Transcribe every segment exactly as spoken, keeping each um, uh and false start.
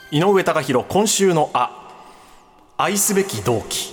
井上貴博、今週のあ愛すべき同期。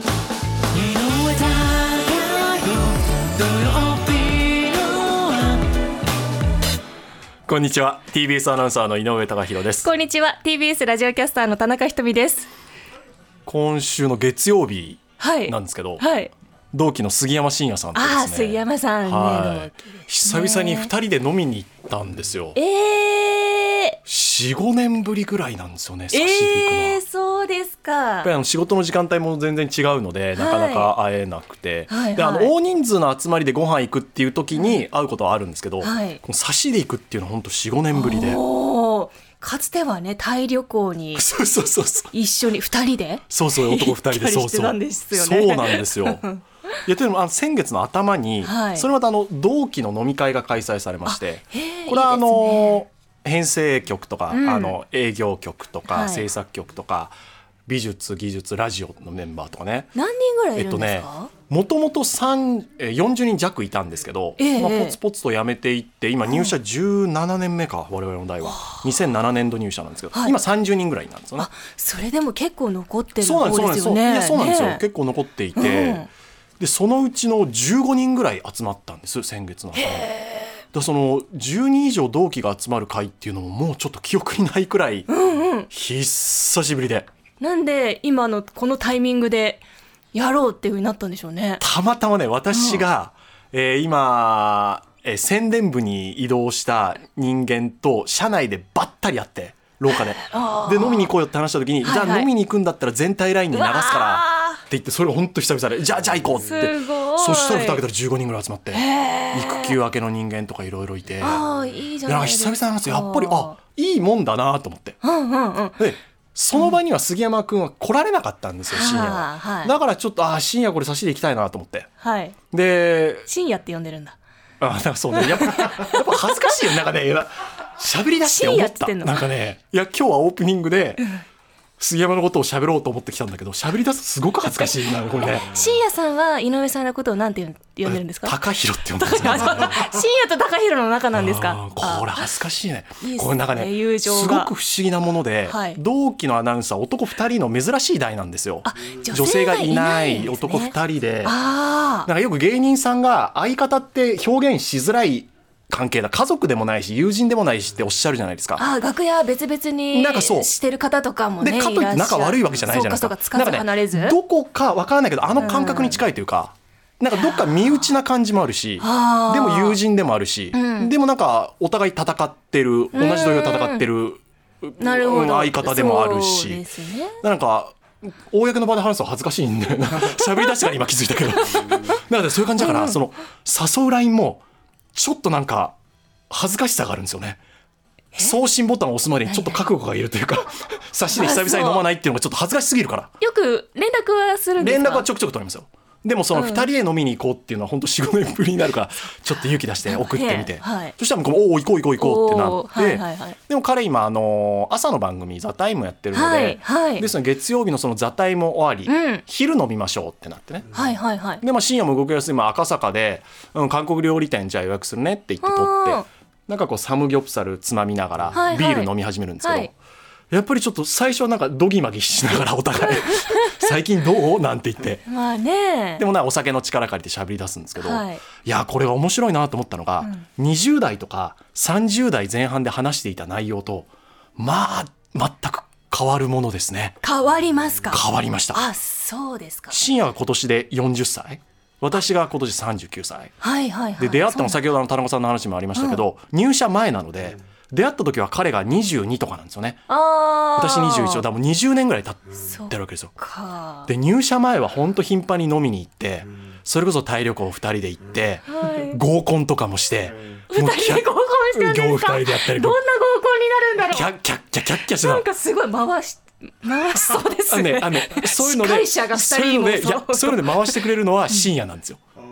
こんにちは、 ティービーエス アナウンサーの井上貴博です。 こんにちは、 ティービーエス ラジオキャスターの田中ひとみです。 今週の月曜日なんですけど、 はいはい、 同期の杉山真也さんとですね、 あ杉山さんね、 はい、久々にふたりで飲みに行ったんですよ。 えー、 よん、ごねんぶりぐらいなんですよね、差しで行くのは。 えー、そうですか。 やっぱりあの仕事の時間帯も全然違うので、はい、なかなか会えなくて、はいはい、であの大人数の集まりでご飯行くっていう時に会うことはあるんですけど、はい、この差しで行くっていうのは本当 よん、ごねんぶりで。 おかつてはね、タイ旅行に一緒にふたりでそうそう男ふたりでそうそうそうなんですよ。いやというのもあの先月の頭に、はい、それまたあの同期の飲み会が開催されまして、これはあのいい編成局とか、うん、あの営業局とか、はい、制作局とか美術技術ラジオのメンバーとかね、 何人ぐらいいるんですか？ もともとよんじゅうにん弱いたんですけど、えーまあ、ポツポツと辞めていって今入社じゅうななねんめか、我々の代はにせんななねんど入社なんですけど、はい、今さんじゅうにんぐらいなんですよね。あ、 それでも結構残ってる方ですよね。 そうなんですよ、結構残っていて、うん、でそのうちのじゅうごにんぐらい集まったんです、先月の頭に。だそのじゅうにん以上同期が集まる会っていうのももうちょっと記憶にないくらい、うんうん、久しぶりで、 なんで今のこのタイミングでやろうっていう風になったんでしょうね。 たまたまね、私が、うんえー、今、えー、宣伝部に移動した人間と社内でばったり会って廊下でで飲みに行こうよって話した時に、はいはい、じゃあ飲みに行くんだったら全体ラインに流すからって言って、それが本当久々で、じゃあじゃあ行こうって。 すごい。 そしたら蓋開けたらじゅうごにんぐらい集まって、育休明けの人間とかいろいろいて、 あいいじゃないですか。 久々なんですよ。やっぱりあいいもんだなと思って、うんうんうん、でその場には杉山君は来られなかったんですよ、深夜は、はい、だからちょっとあ深夜これ差しで行きたいなと思って、はい、で深夜って呼んでるんだ。 あだからそうね、やっぱやっぱ恥ずかしいよ、なんかね喋り出して思った。なんかね、いや今日はオープニングで杉山のことを喋ろうと思ってきたんだけど、喋り出すとすごく恥ずかしいなこれね。 深夜さんは井上さんのことをなんて呼んでるんですか？ 高弘って呼んでるんですよ。 深夜と高弘の中なんですか？ これ恥ずかしいね。 いいですね、 これなんかね、友情がすごく不思議なもので、はい、同期のアナウンサー男ふたりの珍しい代なんですよ。女性がいない男ふたりで、なんかよく芸人さんが相方って表現しづらい関係だ、家族でもないし友人でもないしっておっしゃるじゃないですか。 あ楽屋別々にしてる方とかもね、 でかといって仲悪いわけじゃないじゃないですか。 そうかそうか、つかず離れず、 なんかね、どこかわからないけどあの感覚に近いというか、うん、なんかどっか身内な感じもあるし、でも友人でもあるし、うん、でもなんかお互い戦ってる、同じ土俵戦ってる、 なるほど、 相方でもあるし、 そうですね、 なんか公の場で話すと恥ずかしいんで喋り出してから今気づいたけどなんかそういう感じだから、うん、その誘うラインもちょっとなんか恥ずかしさがあるんですよね。送信ボタンを押すまでにちょっと覚悟がいるというか差しで久々に飲まないっていうのがちょっと恥ずかしすぎるから。 よく連絡はするんですか？ 連絡はちょくちょく取りますよ。でもそのふたりで飲みに行こうっていうのは本当 よん、ごねんぶりになるからちょっと勇気出して送ってみて、はい、そしたら向こうもおお行こう行こう行こうってなって、はいはいはい、でも彼今あの朝の番組ザタイムやってるので、はいはい、ですので月曜日のそのザタイム終わり、うん、昼飲みましょうってなってね、はいはいはい、でまあ深夜も動きやすい今赤坂で、うん、韓国料理店じゃあ予約するねって言って取って、なんかこうサムギョプサルつまみながらビール飲み始めるんですけど、はいはい、やっぱりちょっと最初はなんかドギマギしながらお互い最近どうなんて言ってまあね、 でもなお酒の力借りて喋り出すんですけど、はい、いやこれが面白いなと思ったのが、うん、にじゅう代とかさんじゅう代前半で話していた内容とまあ全く変わるものですね。 変わりますか？ 変わりました。 あ、そうですか。 深夜が今年でよんじゅっさい、私が今年さんじゅうきゅうさい、 はいはいはい、 で出会ったの先ほどの田中さんの話もありましたけど、うん、入社前なので出会った時は彼がにじゅうにとかなんですよね。あ私にじゅういちだ、もうにじゅうねんぐらい経ってるわけですよ。で入社前は本当頻繁に飲みに行って、それこそタイ旅行ふたりで行って、はい、合コンとかもして、 ふたりで合コンしてるんですか？ ふたりでやったり、 どんな合コンになるんだろう。 キャッキャッキャッキャッキャしてた。 なんかすごい回し回しそうですね。 あのねあのそういうので司会者がふたりもそういうのでいやそういうので回してくれるのは深夜なんですよ。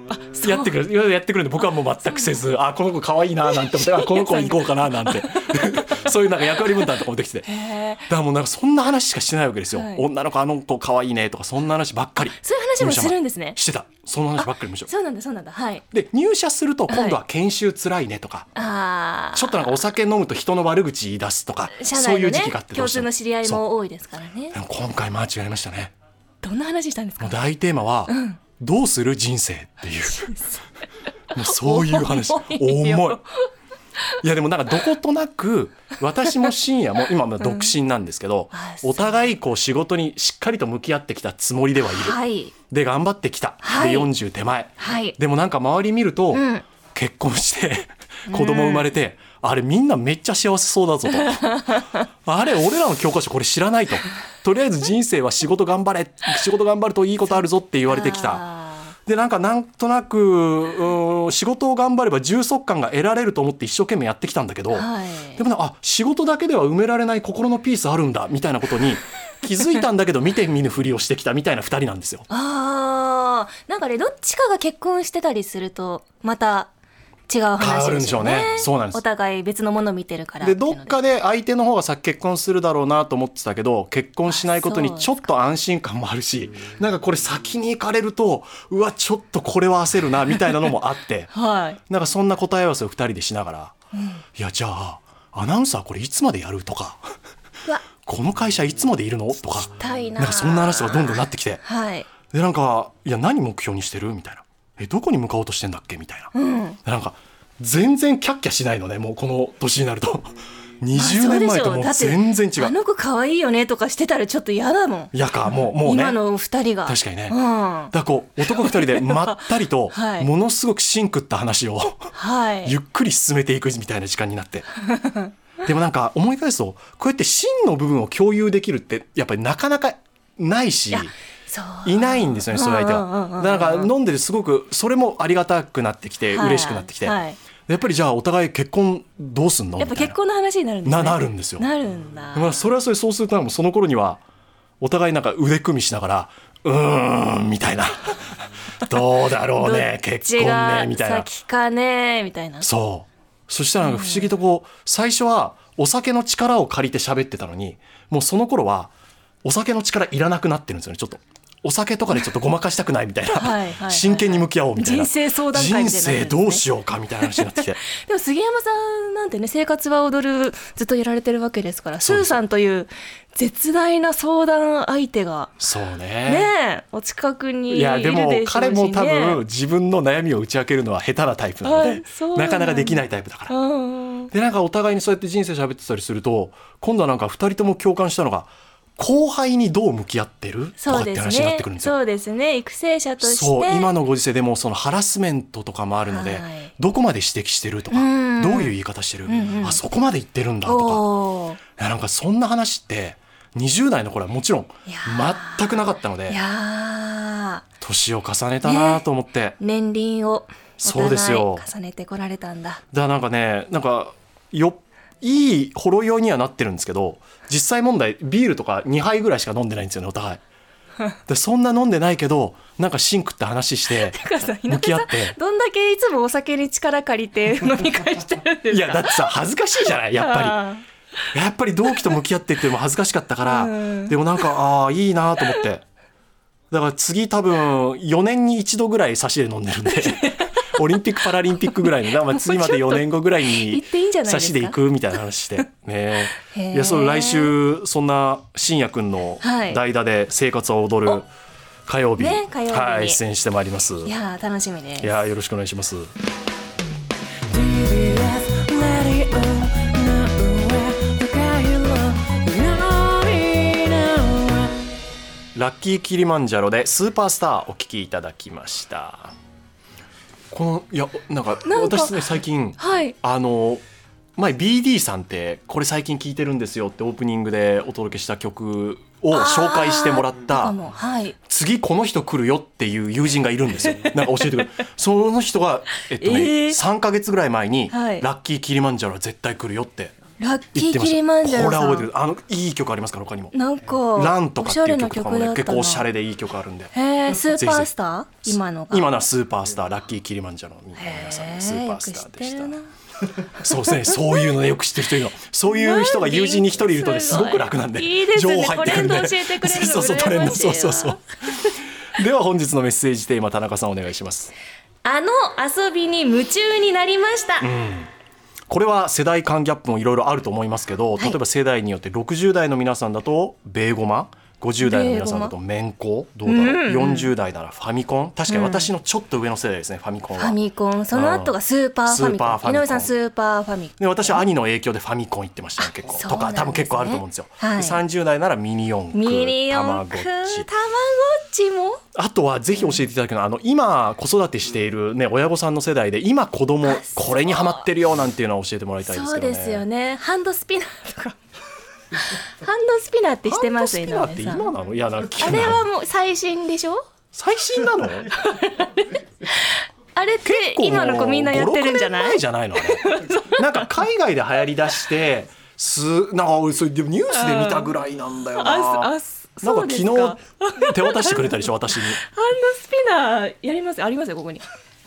やってくるやってくるんで、僕はもう全くせず、あこの子可愛いななんて思って、あこの子行こうかななんてそういうなんか役割分担とかもできて、だからもうなんかそんな話しかしてないわけですよ、はい、女の子あの子可愛いねとかそんな話ばっかり。 そういう話もするんですね。 してた、その話ばっかり。むしろそうなんだそうなんだ、はい。 で入社すると今度は研修つらいねとか、はい、ちょっとなんかお酒飲むと人の悪口言い出すとか、 社内のね、 そういう時期があって、 共通の知り合いも多いですからね。 でも今回間違えましたね。 どんな話したんですか。 もう大テーマは、うん、どうする人生っていうもうそういう話。重い。いやでもなんかどことなく私も深夜も今も独身なんですけど、うん、お互いこう仕事にしっかりと向き合ってきたつもりではいる、はい、で頑張ってきた、はい、でよんじゅう手前、はい、でもなんか周り見ると、うん、結婚して子供生まれて、うん、あれみんなめっちゃ幸せそうだぞとあれ俺らの教科書これ知らないと、とりあえず人生は仕事頑張れ仕事頑張るといいことあるぞって言われてきた。でなんかなんとなく仕事を頑張れば充足感が得られると思って一生懸命やってきたんだけど、はい、でもあ仕事だけでは埋められない心のピースあるんだみたいなことに気づいたんだけど見て見ぬふりをしてきたみたいなふたりなんですよ。 あなんかねどっちかが結婚してたりするとまた違う話ですよね。変わるんでしょうね。 そうなんです。 お互い別のものを見てるからでどっかで相手の方が先結婚するだろうなと思ってたけど結婚しないことにちょっと安心感もあるし、なんかこれ先に行かれるとうわちょっとこれは焦るなみたいなのもあって、はい、なんかそんな答え合わせをふたりでしながら、うん、いやじゃあアナウンサーこれいつまでやるとかこの会社いつまでいるのとか、なんかそんな話がどんどんなってきて、はい、でなんかいや何目標にしてるみたいな、えどこに向かおうとしてんだっけみたいな、うん、なんか全然キャッキャしないのねもうこの年になるとにじゅうねんまえともう全然違う。 あ, あの子可愛いよねとかしてたらちょっと嫌だもん。 嫌かもうもうね今のふたりが確かにね、うん、だからこう男ふたりでまったりとものすごくシンクった話を、はい、ゆっくり進めていくみたいな時間になってでもなんか思い返すとこうやって真の部分を共有できるってやっぱりなかなかないしいないんですよねそういう相手は。だから飲んでてすごくそれもありがたくなってきて、はい、嬉しくなってきて、はい、やっぱりじゃあお互い結婚どうすんのやっぱ結婚の話になるんですね。 な, なるんですよ。 なるんだ。 まあそれはそれそうするとその頃にはお互いなんか腕組みしながらうーんみたいなどうだろうね結婚ねみたいな先かねみたいな。 そうそしたらなんか不思議とこう、うん、最初はお酒の力を借りて喋ってたのにもうその頃はお酒の力いらなくなってるんですよね。ちょっとお酒とかでちょっとごまかしたくないみたいなはいはいはい、はい、真剣に向き合おうみたいな人生相談会みたいな、ね、 人生どうしようかみたいな話になってきてでも杉山さんなんてね生活は踊るずっとやられてるわけですからスーさんという絶大な相談相手がそうねねお近くにいるでしょうし、ね、いやでも彼も多分自分の悩みを打ち明けるのは下手なタイプなのでなかなかできないタイプだからでなんかお互いにそうやって人生喋ってたりすると今度はなんかふたりとも共感したのが後輩にどう向き合ってるとかって話になってくるんですよ。 そうですね育成者としてそう今のご時世でもそのハラスメントとかもあるので、はい、どこまで指摘してるとかどういう言い方してる、うんうん、あそこまで言ってるんだとかなんかそんな話ってにじゅう代の頃はもちろん全くなかったのでいや年を重ねたなと思って、ね、 年輪をお互い重ねてこられたんだ。だからなんかねなんかよいいほろ酔いにはなってるんですけど実際問題ビールとかにはいぐらいしか飲んでないんですよねお互いでそんな飲んでないけどなんかシンクって話して向き合ってどんだけいつもお酒に力借りて飲み会してるんですか。 いやだってさ恥ずかしいじゃないやっぱりやっぱり同期と向き合ってっていうのも恥ずかしかったから、うん、でもなんかああいいなと思ってだから次多分よねんに一度ぐらい差しで飲んでるんでオリンピックパラリンピックぐらいの、まあ、次までよねんごぐらいに差しで行くみたいな話してねいやそれ来週そんな信也くんの代打で生活を踊る火曜日、ね、火曜日はい、出演してまいります。 いや楽しみです。 いやよろしくお願いします。ラッキーキリマンジャロでスーパースターお聞きいただきました。このいやなんか私ね最近、はい、あの前 ビーディー さんってこれ最近聴いてるんですよってオープニングでお届けした曲を紹介してもらった、はい、次この人来るよっていう友人がいるんですよ。なんか教えてくれるその人が、えっとねえー、さんかげつぐらい前に、はい、ラッキーキリマンジャロは絶対来るよってラッキーキリマンジャロさん、 これは覚えてる。あのいい曲ありますから他にも。 なんかランとかっていう曲とかもね結構おしゃれでいい曲あるんで。 へー、スーパースター、今のが今のはスーパースター、ラッキーキリマンジャロの皆さんのスーパースターでした。そうですね、そういうのよく知ってる人いるの。そういう人が友人に一人いるとですごく楽なんで、 いいですね、 情報入ってくるんで、 トレンド教えてくれるのそうそうトレンド、そうそうそう。 うでは本日のメッセージテーマ、田中さんお願いします。 あの遊びに夢中になりました、うん、 これは世代間ギャップもいろいろあると思いますけど、例えば世代によってろくじゅう代の皆さんだとベーゴマ、ごじゅう代の皆さんだとメンコ、どうだろう、うんうん、よんじゅう代ならファミコン、確かに私のちょっと上の世代ですね、ファミコンは。 ファミコン、その後がスーパーファミコン、うん、井上さんスーパーファミコンで、私は兄の影響でファミコン行ってましたね結構、とか多分結構あると思うんですよ、はい、さんじゅう代ならミニ四駆、 ミニ四駆、たまごっちも。 あとはぜひ教えていただくのは、あの今子育てしている、ね、親御さんの世代で今子供これにハマってるよなんていうのを教えてもらいたいですけどね。 そうですよね、ハンドスピナーとかハンドスピナーってしてます？ ハンドスピナーって今なの？いや、なんかあれはもう最新でしょ？ 最新なの？ あれって今の子みんなやってるんじゃない？ ご、ろくねんまえじゃないのあれ。なんか海外で流行りだしてすなんかそれでもニュースで見たぐらいなんだよな。 ああなんか昨日手渡してくれたでしょ私に。ハンドスピナーやります、ありますよここに。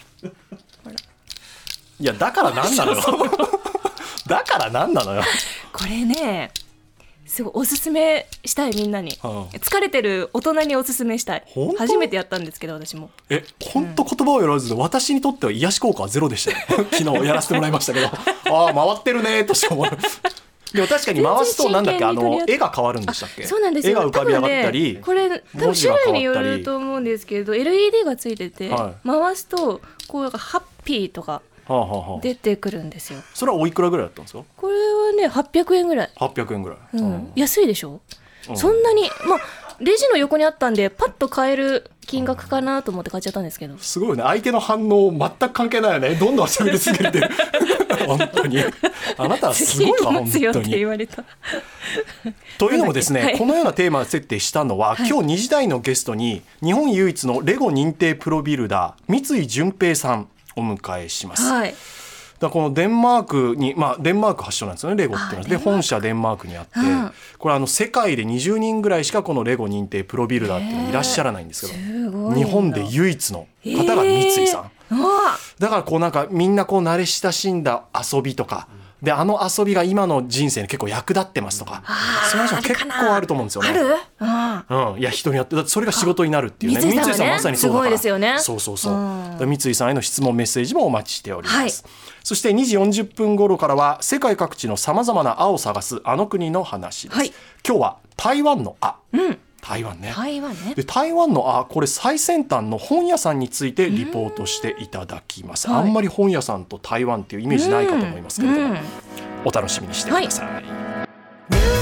いやだからなんなのよ。だからなんなのよ。 これね、すごいおすすめしたいみんなに、うん、疲れてる大人におすすめしたい。初めてやったんですけど私も。 え、本当言葉を選ばずで、私にとっては癒し効果はゼロでしたよ。昨日やらせてもらいましたけど、ああ回ってるねとしか思わない。でも確かに回すとなんだっけ、あの絵が変わるんでしたっけ？ そうなんですよ。 絵が浮かび上がったり、 ね、これ多分種類によると思うんですけど エルイーディー がついてて、はい、回すとこうなんかハッピーとか出てくるんですよ。はあはあ、 それはおいくらぐらいだったんですか？ これはねはっぴゃくえんぐらい。 はっぴゃくえんぐらい、 うん、安いでしょ、うん、そんなに、まあレジの横にあったんでパッと買える金額かなと思って買っちゃったんですけど、 すごいよね、相手の反応全く関係ないよね。どんどん喋り続けてる。本当にあなたはすごいわ本当にって言われた。というのもですね、はい、このようなテーマを設定したのは、はい、今日にじ台のゲストに日本唯一のレゴ認定プロビルダー三井淳平さんお迎えします。はい、だこのデンマークに、まあ、デンマーク発祥なんですよねレゴっていうのは。で本社デンマークにあって、うん、これあの世界でにじゅうにんぐらいしかこのレゴ認定プロビルダーっていうのいらっしゃらないんですけど、日本で唯一の方が三井さん、えー、だからこうなんかみんなこう慣れ親しんだ遊びとかで、あの遊びが今の人生に結構役立ってますとか、そういう話も結構あると思うんですよね。ある？うん、いや人によってだってそれが仕事になるっていうね。三井さん、ね、三井さんまさにそうだから。すごいですよね。そうそうそう。三井さんへの質問メッセージもお待ちしております。はい、そしてにじよんじゅっぷん頃からは世界各地のさまざまなあを探すあの国の話です。はい、今日は台湾のあ。うん、台湾ね。台湾ね。で台湾のあ、これ最先端の本屋さんについてリポートしていただきます。あんまり本屋さんと台湾っていうイメージないかと思いますけれども、お楽しみにしてください。はい。